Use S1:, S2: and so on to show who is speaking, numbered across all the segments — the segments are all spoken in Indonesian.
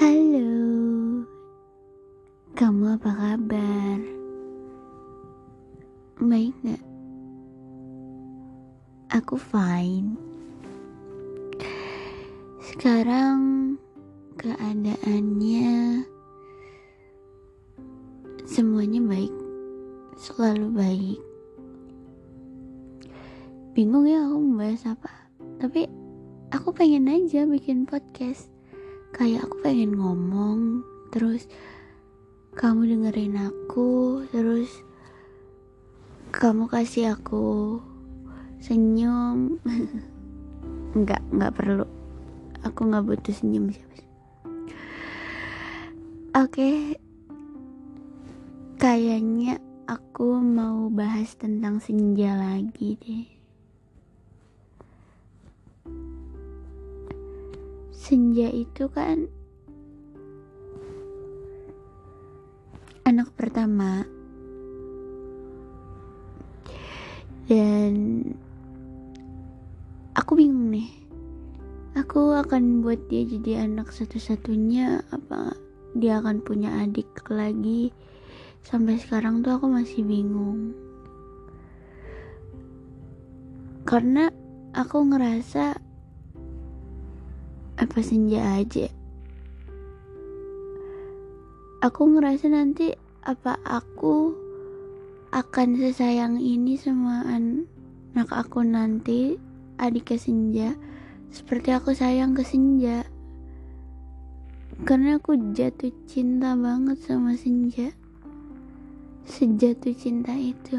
S1: Halo, kamu apa kabar? Baik gak? Aku fine. Sekarang keadaannya semuanya baik, selalu baik. Bingung ya aku mau bahas apa, tapi aku pengen aja bikin podcast. Kayak aku pengen ngomong, terus kamu dengerin aku, terus kamu kasih aku senyum. Enggak perlu. Aku enggak butuh senyum siapa. Oke. Kayaknya aku mau bahas tentang senja lagi deh. Senja itu kan anak pertama. Dan aku bingung nih. Aku akan buat dia jadi anak satu-satunya, apa dia akan punya adik lagi? Sampai sekarang tuh aku masih bingung. Karena aku ngerasa apa senja aja. Aku ngerasa nanti apa aku akan sesayang ini sama anak aku nanti, adiknya Senja, seperti aku sayang ke Senja. Karena aku jatuh cinta banget sama Senja. Sejatuh cinta itu.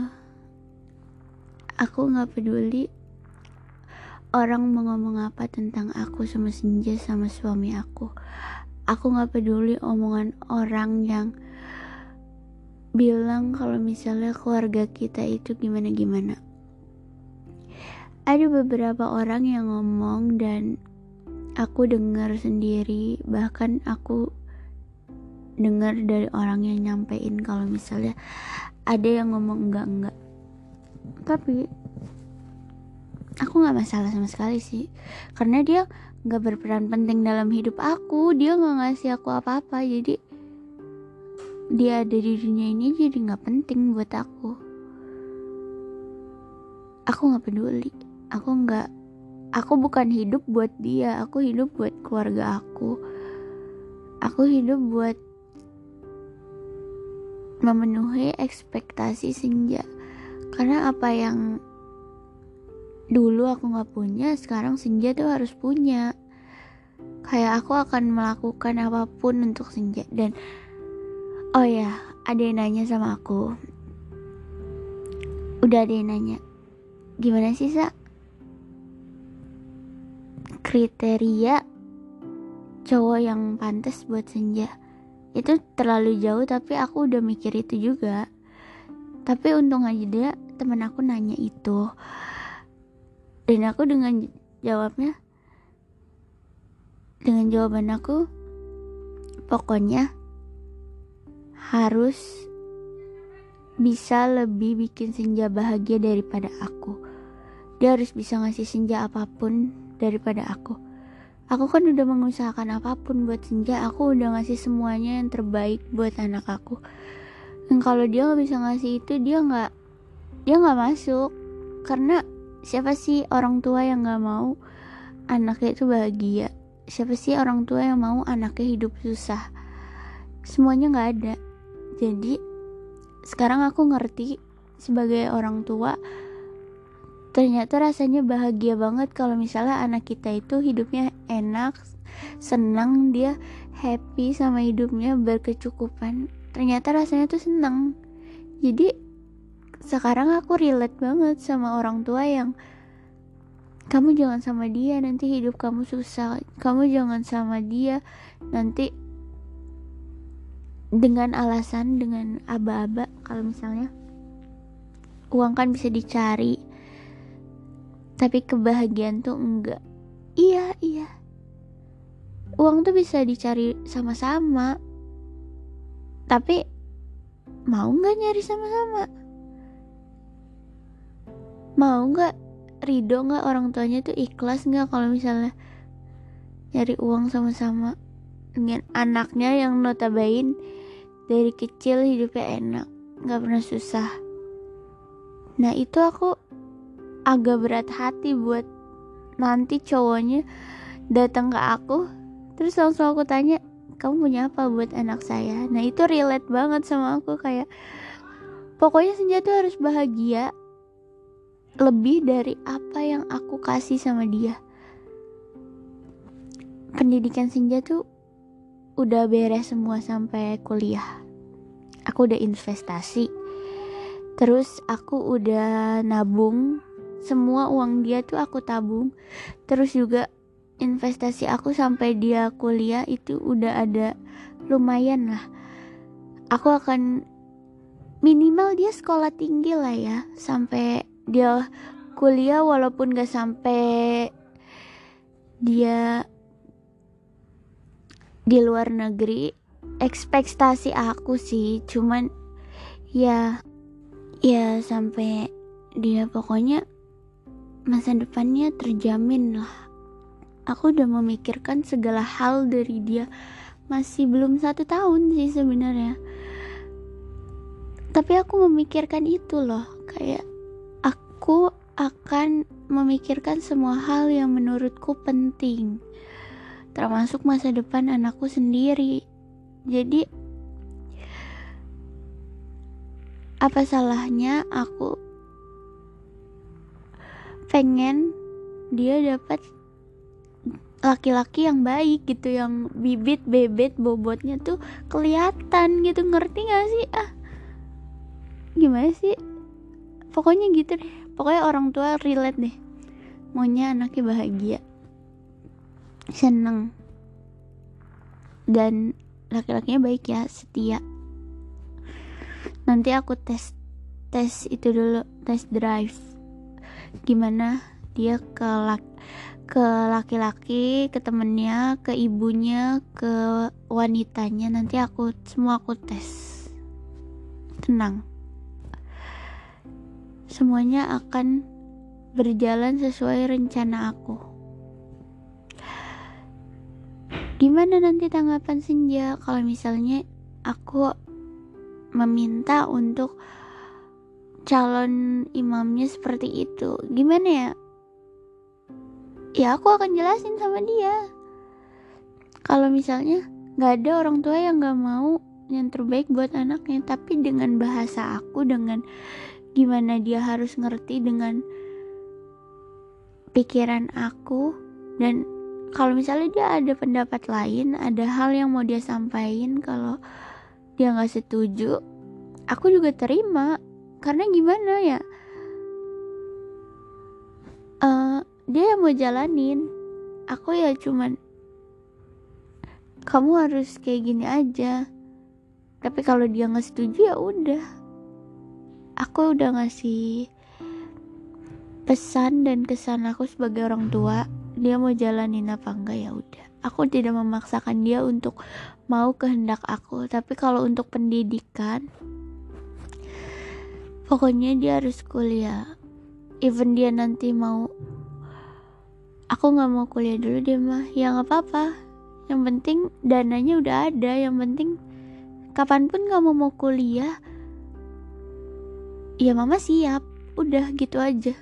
S1: Aku gak peduli orang mau ngomong apa tentang aku sama Senja sama suami aku. Aku gak peduli omongan orang yang bilang kalau misalnya keluarga kita itu gimana-gimana. Ada beberapa orang yang ngomong dan aku dengar sendiri, bahkan aku dengar dari orang yang nyampein kalau misalnya ada yang ngomong enggak. Tapi aku gak masalah sama sekali sih, karena dia gak berperan penting dalam hidup aku. Dia gak ngasih aku apa-apa, jadi dia ada di dunia ini jadi gak penting buat aku. Aku gak peduli. Aku bukan hidup buat dia. Aku hidup buat keluarga aku. Aku hidup buat memenuhi ekspektasi Senja. Karena apa yang dulu aku gak punya, sekarang Senja tuh harus punya. Kayak aku akan melakukan apapun untuk Senja. Dan oh ya, ada yang nanya sama aku. Udah ada yang nanya, gimana sih Sa kriteria cowok yang pantas buat Senja? Itu terlalu jauh, tapi aku udah mikir itu juga. Tapi untung aja dia teman aku nanya itu. Dan aku dengan jawaban aku, pokoknya harus bisa lebih bikin Senja bahagia daripada aku. Dia harus bisa ngasih Senja apapun daripada aku. Aku kan udah mengusahakan apapun buat Senja. Aku udah ngasih semuanya yang terbaik buat anak aku. Dan kalau dia gak bisa ngasih itu, dia gak masuk. Karena siapa sih orang tua yang gak mau anaknya itu bahagia? Siapa sih orang tua yang mau anaknya hidup susah? Semuanya gak ada. Jadi sekarang aku ngerti sebagai orang tua, ternyata rasanya bahagia banget kalau misalnya anak kita itu hidupnya enak, senang, dia happy sama hidupnya, berkecukupan. Ternyata rasanya tuh senang. Jadi sekarang aku relate banget sama orang tua yang, kamu jangan sama dia nanti hidup kamu susah. Kamu jangan sama dia nanti dengan alasan, dengan aba-aba kalau misalnya uang kan bisa dicari, tapi kebahagiaan tuh enggak. Iya uang tuh bisa dicari sama-sama, tapi mau gak nyari sama-sama? Mau gak, ridho gak orang tuanya tuh, ikhlas gak kalau misalnya nyari uang sama-sama? dengan anaknya yang notabene dari kecil hidupnya enak, gak pernah susah. Nah itu aku agak berat hati buat nanti cowoknya datang ke aku, terus langsung aku tanya, kamu punya apa buat anak saya? Nah itu relate banget sama aku, kayak pokoknya Senja tuh harus bahagia lebih dari apa yang aku kasih sama dia. Pendidikan Senja tuh udah beres semua sampai kuliah. Aku udah investasi. Terus aku udah nabung. Semua uang dia tuh aku tabung. Terus juga investasi aku sampai dia kuliah itu udah ada lumayan lah. Aku akan minimal dia sekolah tinggi lah ya, sampai dia kuliah, walaupun gak sampai dia di luar negeri. Ekspektasi aku sih cuman ya sampai dia pokoknya masa depannya terjamin lah. Aku udah memikirkan segala hal dari dia. Masih belum 1 tahun sih sebenarnya, tapi aku memikirkan itu loh. Kayak aku akan memikirkan semua hal yang menurutku penting, termasuk masa depan anakku sendiri. Jadi apa salahnya aku pengen dia dapat laki-laki yang baik gitu, yang bibit bebet bobotnya tuh kelihatan gitu, ngerti gak sih? Gimana sih? Pokoknya gitu deh. Pokoknya orang tua relate deh, maunya anaknya bahagia, seneng, dan laki-lakinya baik ya, setia. Nanti aku tes itu dulu, tes drive gimana dia ke laki-laki, ke temennya, ke ibunya, ke wanitanya. Nanti semua aku tes. Tenang, semuanya akan berjalan sesuai rencana aku. Gimana nanti tanggapan Senja kalau misalnya aku meminta untuk calon imamnya seperti itu? Gimana ya? Ya aku akan jelasin sama dia. Kalau misalnya gak ada orang tua yang gak mau yang terbaik buat anaknya, tapi dengan bahasa aku, dengan gimana dia harus ngerti dengan pikiran aku. Dan kalau misalnya dia ada pendapat lain, ada hal yang mau dia sampaikan, kalau dia gak setuju, aku juga terima. Karena gimana ya, dia yang mau jalanin, aku ya cuman kamu harus kayak gini aja. Tapi kalau dia gak setuju ya udah, aku udah ngasih pesan dan kesan aku sebagai orang tua. Dia mau jalanin apa enggak ya udah, aku tidak memaksakan dia untuk mau kehendak aku. Tapi kalau untuk pendidikan, pokoknya dia harus kuliah. Even dia nanti mau, aku gak mau kuliah dulu dia mah, ya gak apa-apa. Yang penting dananya udah ada. Yang penting kapanpun kamu mau kuliah, ya mama siap. Udah gitu aja.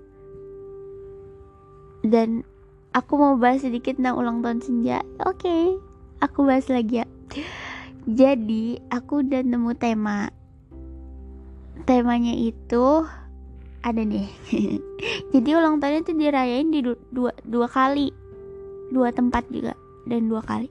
S1: Dan aku mau bahas sedikit tentang ulang tahun Senja. Oke, aku bahas lagi ya. Jadi aku udah nemu tema. Temanya itu ada nih. Jadi ulang tahunnya tuh dirayain di dua kali, 2 tempat juga, dan 2 kali.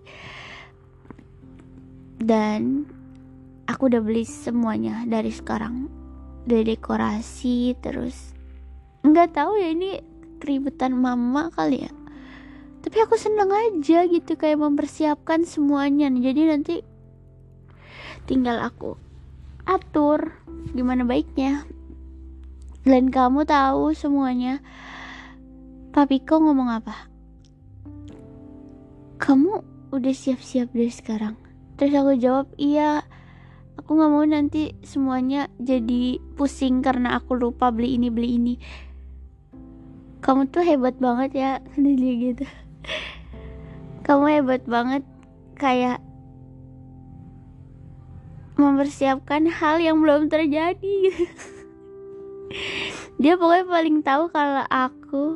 S1: Dan aku udah beli semuanya dari sekarang, dari dekorasi, terus nggak tahu ya ini keributan mama kali ya, tapi aku seneng aja gitu kayak mempersiapkan semuanya. Jadi nanti tinggal aku atur gimana baiknya. Dan kamu tahu semuanya, Papiko ngomong apa? Kamu udah siap-siap dari sekarang? Terus aku jawab, iya, aku gak mau nanti semuanya jadi pusing karena aku lupa beli ini beli ini. Kamu tuh hebat banget ya, dia gitu. Kamu hebat banget kayak mempersiapkan hal yang belum terjadi. Dia pokoknya paling tahu kalau aku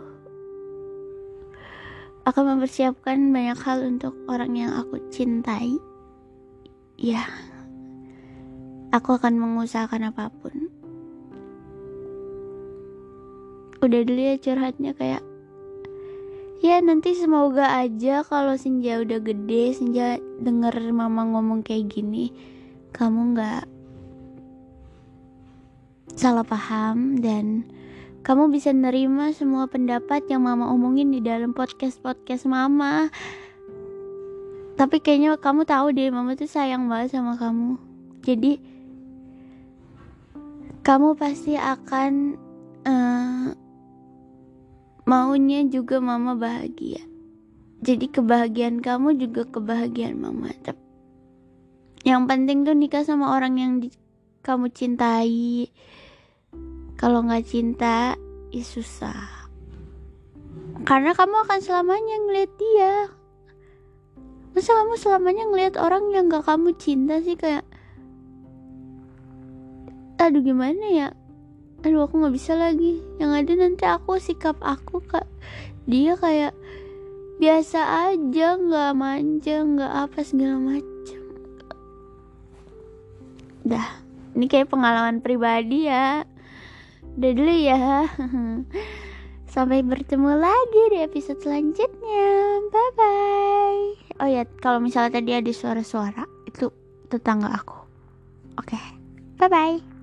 S1: akan mempersiapkan banyak hal untuk orang yang aku cintai. Ya, aku akan mengusahakan apapun. Udah dulu ya curhatnya, kayak ya nanti semoga aja kalau Senja udah gede, Senja denger mama ngomong kayak gini, kamu gak salah paham dan kamu bisa nerima semua pendapat yang mama omongin di dalam podcast mama. Tapi kayaknya kamu tahu deh, mama tuh sayang banget sama kamu. Jadi kamu pasti akan maunya juga mama bahagia. Jadi kebahagiaan kamu juga kebahagiaan mama. Yang penting tuh nikah sama orang yang kamu cintai. Kalau gak cinta, ya susah. Karena kamu akan selamanya ngeliat dia. Masa kamu selamanya ngeliat orang yang gak kamu cinta sih? Kayak aduh gimana ya, aduh aku gak bisa lagi. Yang ada nanti sikap aku kak dia kayak biasa aja, gak manja, gak apa segala macam. Dah, ini kayak pengalaman pribadi ya. Udah dulu ya. Sampai bertemu lagi di episode selanjutnya. Bye bye. Oh ya, kalau misalnya tadi ada suara-suara, itu tetangga aku. Oke. Bye bye.